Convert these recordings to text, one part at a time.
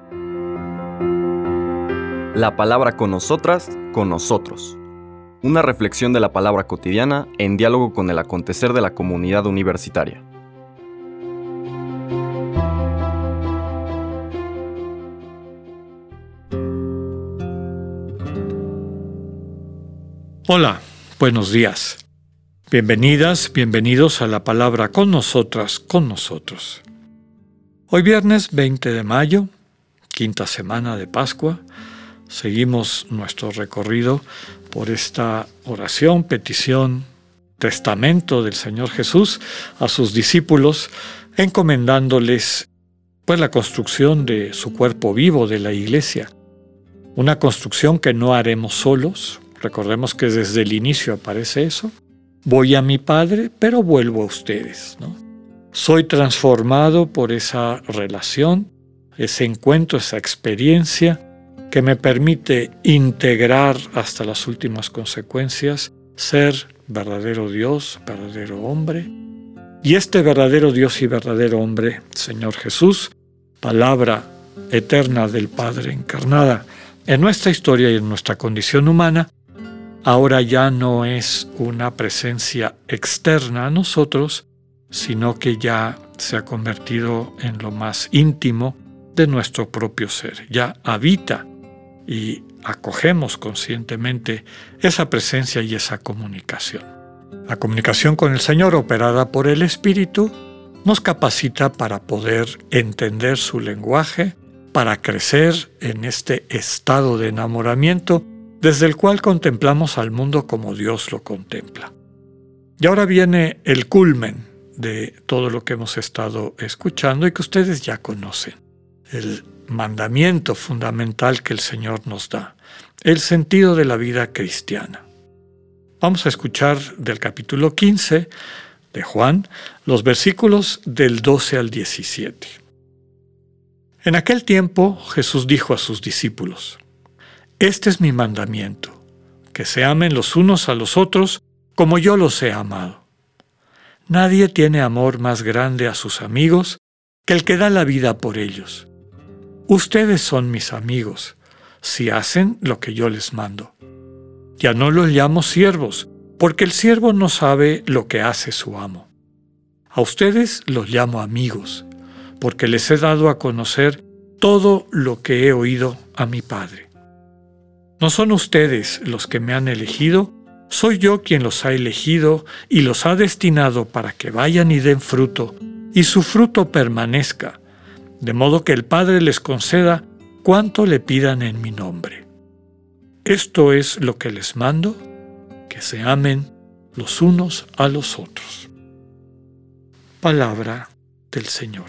La palabra con nosotras, con nosotros. Una reflexión de la palabra cotidiana en diálogo con el acontecer de la comunidad universitaria. Hola, buenos días. Bienvenidas, bienvenidos a la palabra con nosotras, con nosotros. Hoy viernes 20 de mayo, quinta semana de Pascua, seguimos nuestro recorrido por esta oración, petición, testamento del Señor Jesús a sus discípulos, encomendándoles la construcción de su cuerpo vivo, de la Iglesia. Una construcción que no haremos solos. Recordemos que desde el inicio aparece eso. Voy a mi Padre, pero vuelvo a ustedes, ¿no? Soy transformado por esa relación, ese encuentro, esa experiencia que me permite integrar hasta las últimas consecuencias, ser verdadero Dios, verdadero hombre. Y este verdadero Dios y verdadero hombre, Señor Jesús, palabra eterna del Padre encarnada en nuestra historia y en nuestra condición humana, ahora ya no es una presencia externa a nosotros, sino que ya se ha convertido en lo más íntimo de nuestro propio ser. Ya habita y acogemos conscientemente esa presencia y esa comunicación. La comunicación con el Señor, operada por el Espíritu, nos capacita para poder entender su lenguaje, para crecer en este estado de enamoramiento desde el cual contemplamos al mundo como Dios lo contempla. Y ahora viene el culmen de todo lo que hemos estado escuchando y que ustedes ya conocen. El mandamiento fundamental que el Señor nos da, el sentido de la vida cristiana. Vamos a escuchar del capítulo 15 de Juan, los versículos del 12 al 17. En aquel tiempo Jesús dijo a sus discípulos: Este es mi mandamiento, que se amen los unos a los otros como yo los he amado. Nadie tiene amor más grande a sus amigos que el que da la vida por ellos. Ustedes son mis amigos, si hacen lo que yo les mando. Ya no los llamo siervos, porque el siervo no sabe lo que hace su amo. A ustedes los llamo amigos, porque les he dado a conocer todo lo que he oído a mi Padre. No son ustedes los que me han elegido, soy yo quien los ha elegido y los ha destinado para que vayan y den fruto, y su fruto permanezca, de modo que el Padre les conceda cuanto le pidan en mi nombre. Esto es lo que les mando, que se amen los unos a los otros. Palabra del Señor.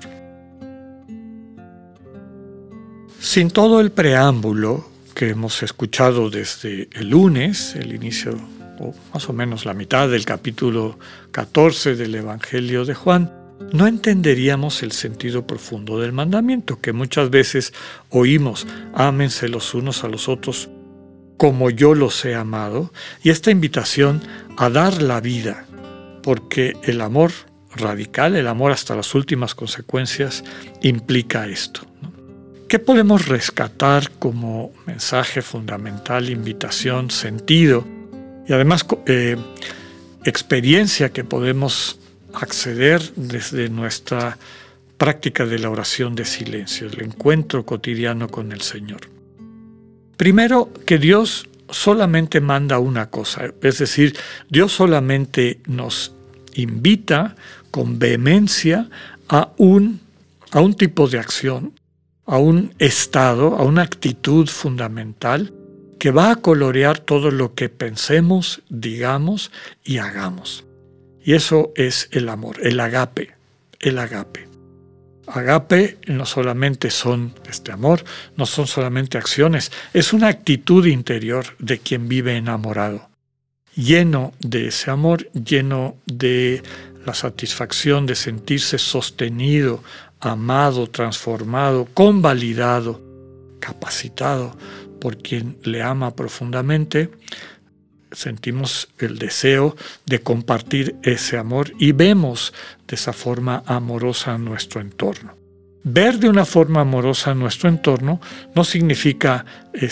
Sin todo el preámbulo que hemos escuchado desde el lunes, el inicio, o más o menos la mitad del capítulo 14 del Evangelio de Juan, no entenderíamos el sentido profundo del mandamiento, que muchas veces oímos: ámense los unos a los otros como yo los he amado, y esta invitación a dar la vida, porque el amor radical, el amor hasta las últimas consecuencias, implica esto, ¿no? ¿Qué podemos rescatar como mensaje fundamental, invitación, sentido y además experiencia que podemos acceder desde nuestra práctica de la oración de silencio, el encuentro cotidiano con el Señor? Primero, que Dios solamente manda una cosa, es decir, Dios solamente nos invita con vehemencia a un tipo de acción, a un estado, a una actitud fundamental que va a colorear todo lo que pensemos, digamos y hagamos. Y eso es el amor, el agape, el agape. Agape no solamente son amor, no son solamente acciones, es una actitud interior de quien vive enamorado, lleno de ese amor, lleno de la satisfacción de sentirse sostenido, amado, transformado, convalidado, capacitado por quien le ama profundamente. Sentimos el deseo de compartir ese amor y vemos de esa forma amorosa nuestro entorno. ver de una forma amorosa nuestro entorno no significa,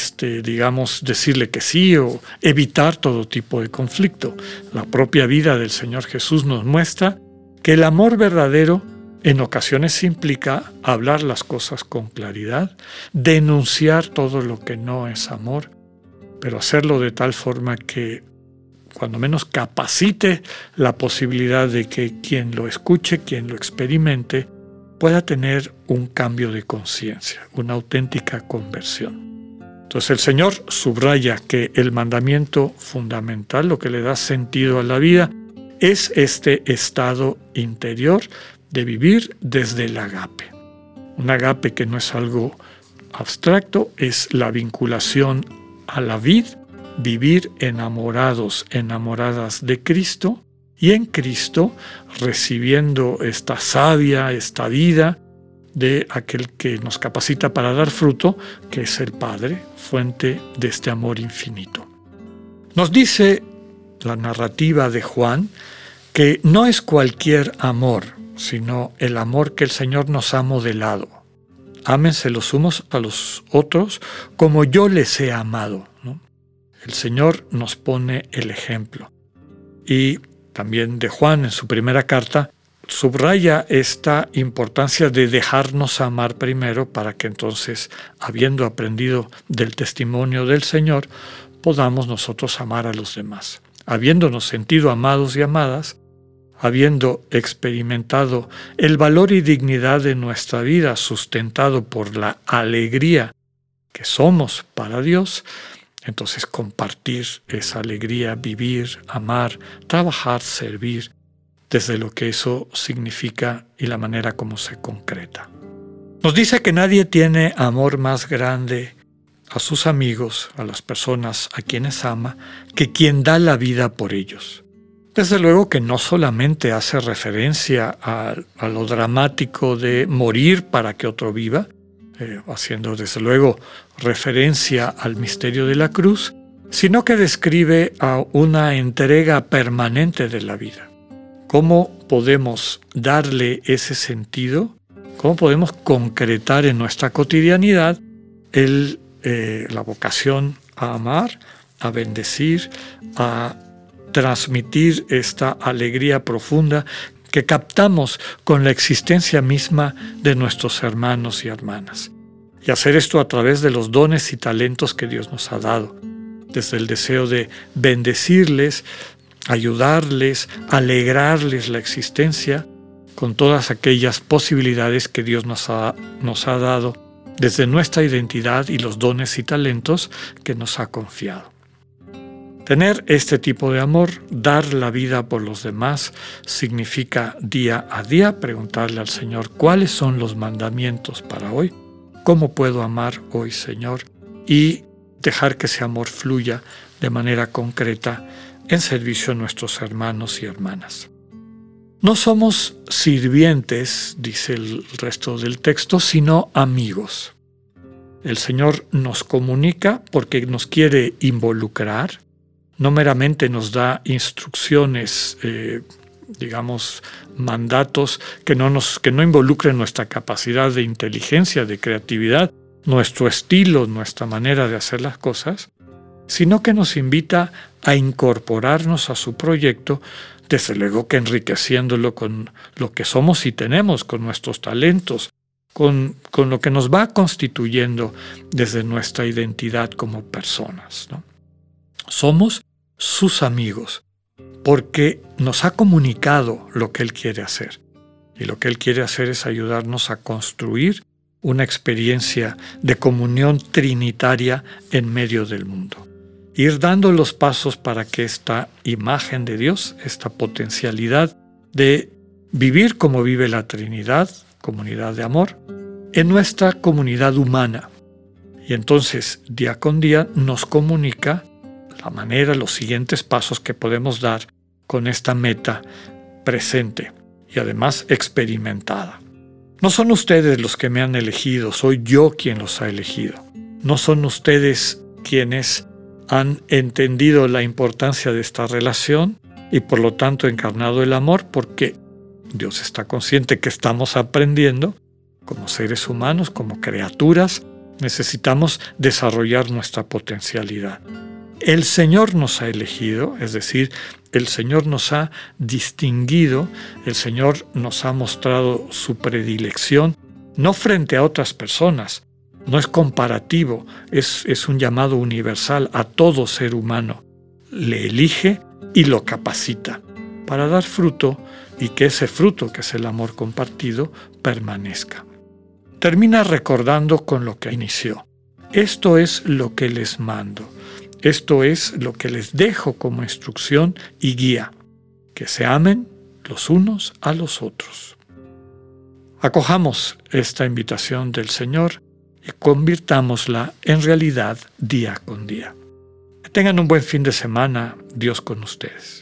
decirle que sí o evitar todo tipo de conflicto. La propia vida del Señor Jesús nos muestra que el amor verdadero en ocasiones implica hablar las cosas con claridad, denunciar todo lo que no es amor, pero hacerlo de tal forma que cuando menos capacite la posibilidad de que quien lo escuche, quien lo experimente, pueda tener un cambio de conciencia, una auténtica conversión. Entonces el Señor subraya que el mandamiento fundamental, lo que le da sentido a la vida, es este estado interior de vivir desde el agape. Un agape que no es algo abstracto, es la vinculación a la vid, vivir enamorados, enamoradas de Cristo, y en Cristo recibiendo esta savia, esta vida de aquel que nos capacita para dar fruto, que es el Padre, fuente de este amor infinito. Nos dice la narrativa de Juan que no es cualquier amor, sino el amor que el Señor nos ha modelado. Ámense los unos a los otros como yo les he amado, ¿no? El Señor nos pone el ejemplo. Y también de Juan, en su primera carta, subraya esta importancia de dejarnos amar primero para que entonces, habiendo aprendido del testimonio del Señor, podamos nosotros amar a los demás. Habiéndonos sentido amados y amadas, habiendo experimentado el valor y dignidad de nuestra vida sustentado por la alegría que somos para Dios, entonces compartir esa alegría, vivir, amar, trabajar, servir, desde lo que eso significa y la manera como se concreta. Nos dice que nadie tiene amor más grande a sus amigos, a las personas a quienes ama, que quien da la vida por ellos. Desde luego que no solamente hace referencia a lo dramático de morir para que otro viva, haciendo desde luego referencia al misterio de la cruz, sino que describe a una entrega permanente de la vida. ¿Cómo podemos darle ese sentido? ¿Cómo podemos concretar en nuestra cotidianidad la vocación a amar, a bendecir, a transmitir esta alegría profunda que captamos con la existencia misma de nuestros hermanos y hermanas? Y hacer esto a través de los dones y talentos que Dios nos ha dado, desde el deseo de bendecirles, ayudarles, alegrarles la existencia con todas aquellas posibilidades que Dios nos ha dado desde nuestra identidad y los dones y talentos que nos ha confiado. Tener este tipo de amor, dar la vida por los demás, significa día a día preguntarle al Señor cuáles son los mandamientos para hoy, cómo puedo amar hoy, Señor, y dejar que ese amor fluya de manera concreta en servicio a nuestros hermanos y hermanas. No somos sirvientes, dice el resto del texto, sino amigos. El Señor nos comunica porque nos quiere involucrar, no meramente nos da instrucciones, mandatos que no involucren nuestra capacidad de inteligencia, de creatividad, nuestro estilo, nuestra manera de hacer las cosas, sino que nos invita a incorporarnos a su proyecto, desde luego que enriqueciéndolo con lo que somos y tenemos, con nuestros talentos, con lo que nos va constituyendo desde nuestra identidad como personas, ¿no? Somos sus amigos, porque nos ha comunicado lo que Él quiere hacer. Y lo que Él quiere hacer es ayudarnos a construir una experiencia de comunión trinitaria en medio del mundo. Ir dando los pasos para que esta imagen de Dios, esta potencialidad de vivir como vive la Trinidad, comunidad de amor, en nuestra comunidad humana. Y entonces, día con día, nos comunica la manera, los siguientes pasos que podemos dar con esta meta presente y además experimentada. No son ustedes los que me han elegido, soy yo quien los ha elegido. No son ustedes quienes han entendido la importancia de esta relación y por lo tanto encarnado el amor, porque Dios está consciente que estamos aprendiendo como seres humanos, como criaturas, necesitamos desarrollar nuestra potencialidad. El Señor nos ha elegido, es decir, el Señor nos ha distinguido, el Señor nos ha mostrado su predilección, no frente a otras personas, no es comparativo, es un llamado universal a todo ser humano. Le elige y lo capacita para dar fruto y que ese fruto, que es el amor compartido, permanezca. Termina recordando con lo que inició. Esto es lo que les mando. Esto es lo que les dejo como instrucción y guía, que se amen los unos a los otros. Acojamos esta invitación del Señor y convirtámosla en realidad día con día. Que tengan un buen fin de semana, Dios con ustedes.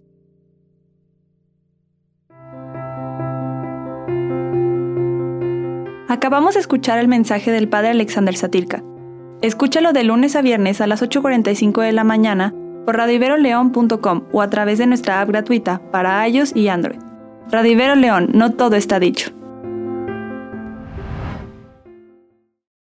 Acabamos de escuchar el mensaje del Padre Alexander Satirka. Escúchalo de lunes a viernes a las 8:45 de la mañana por radioiveroleón.com o a través de nuestra app gratuita para iOS y Android. Radio Ibero León, no todo está dicho.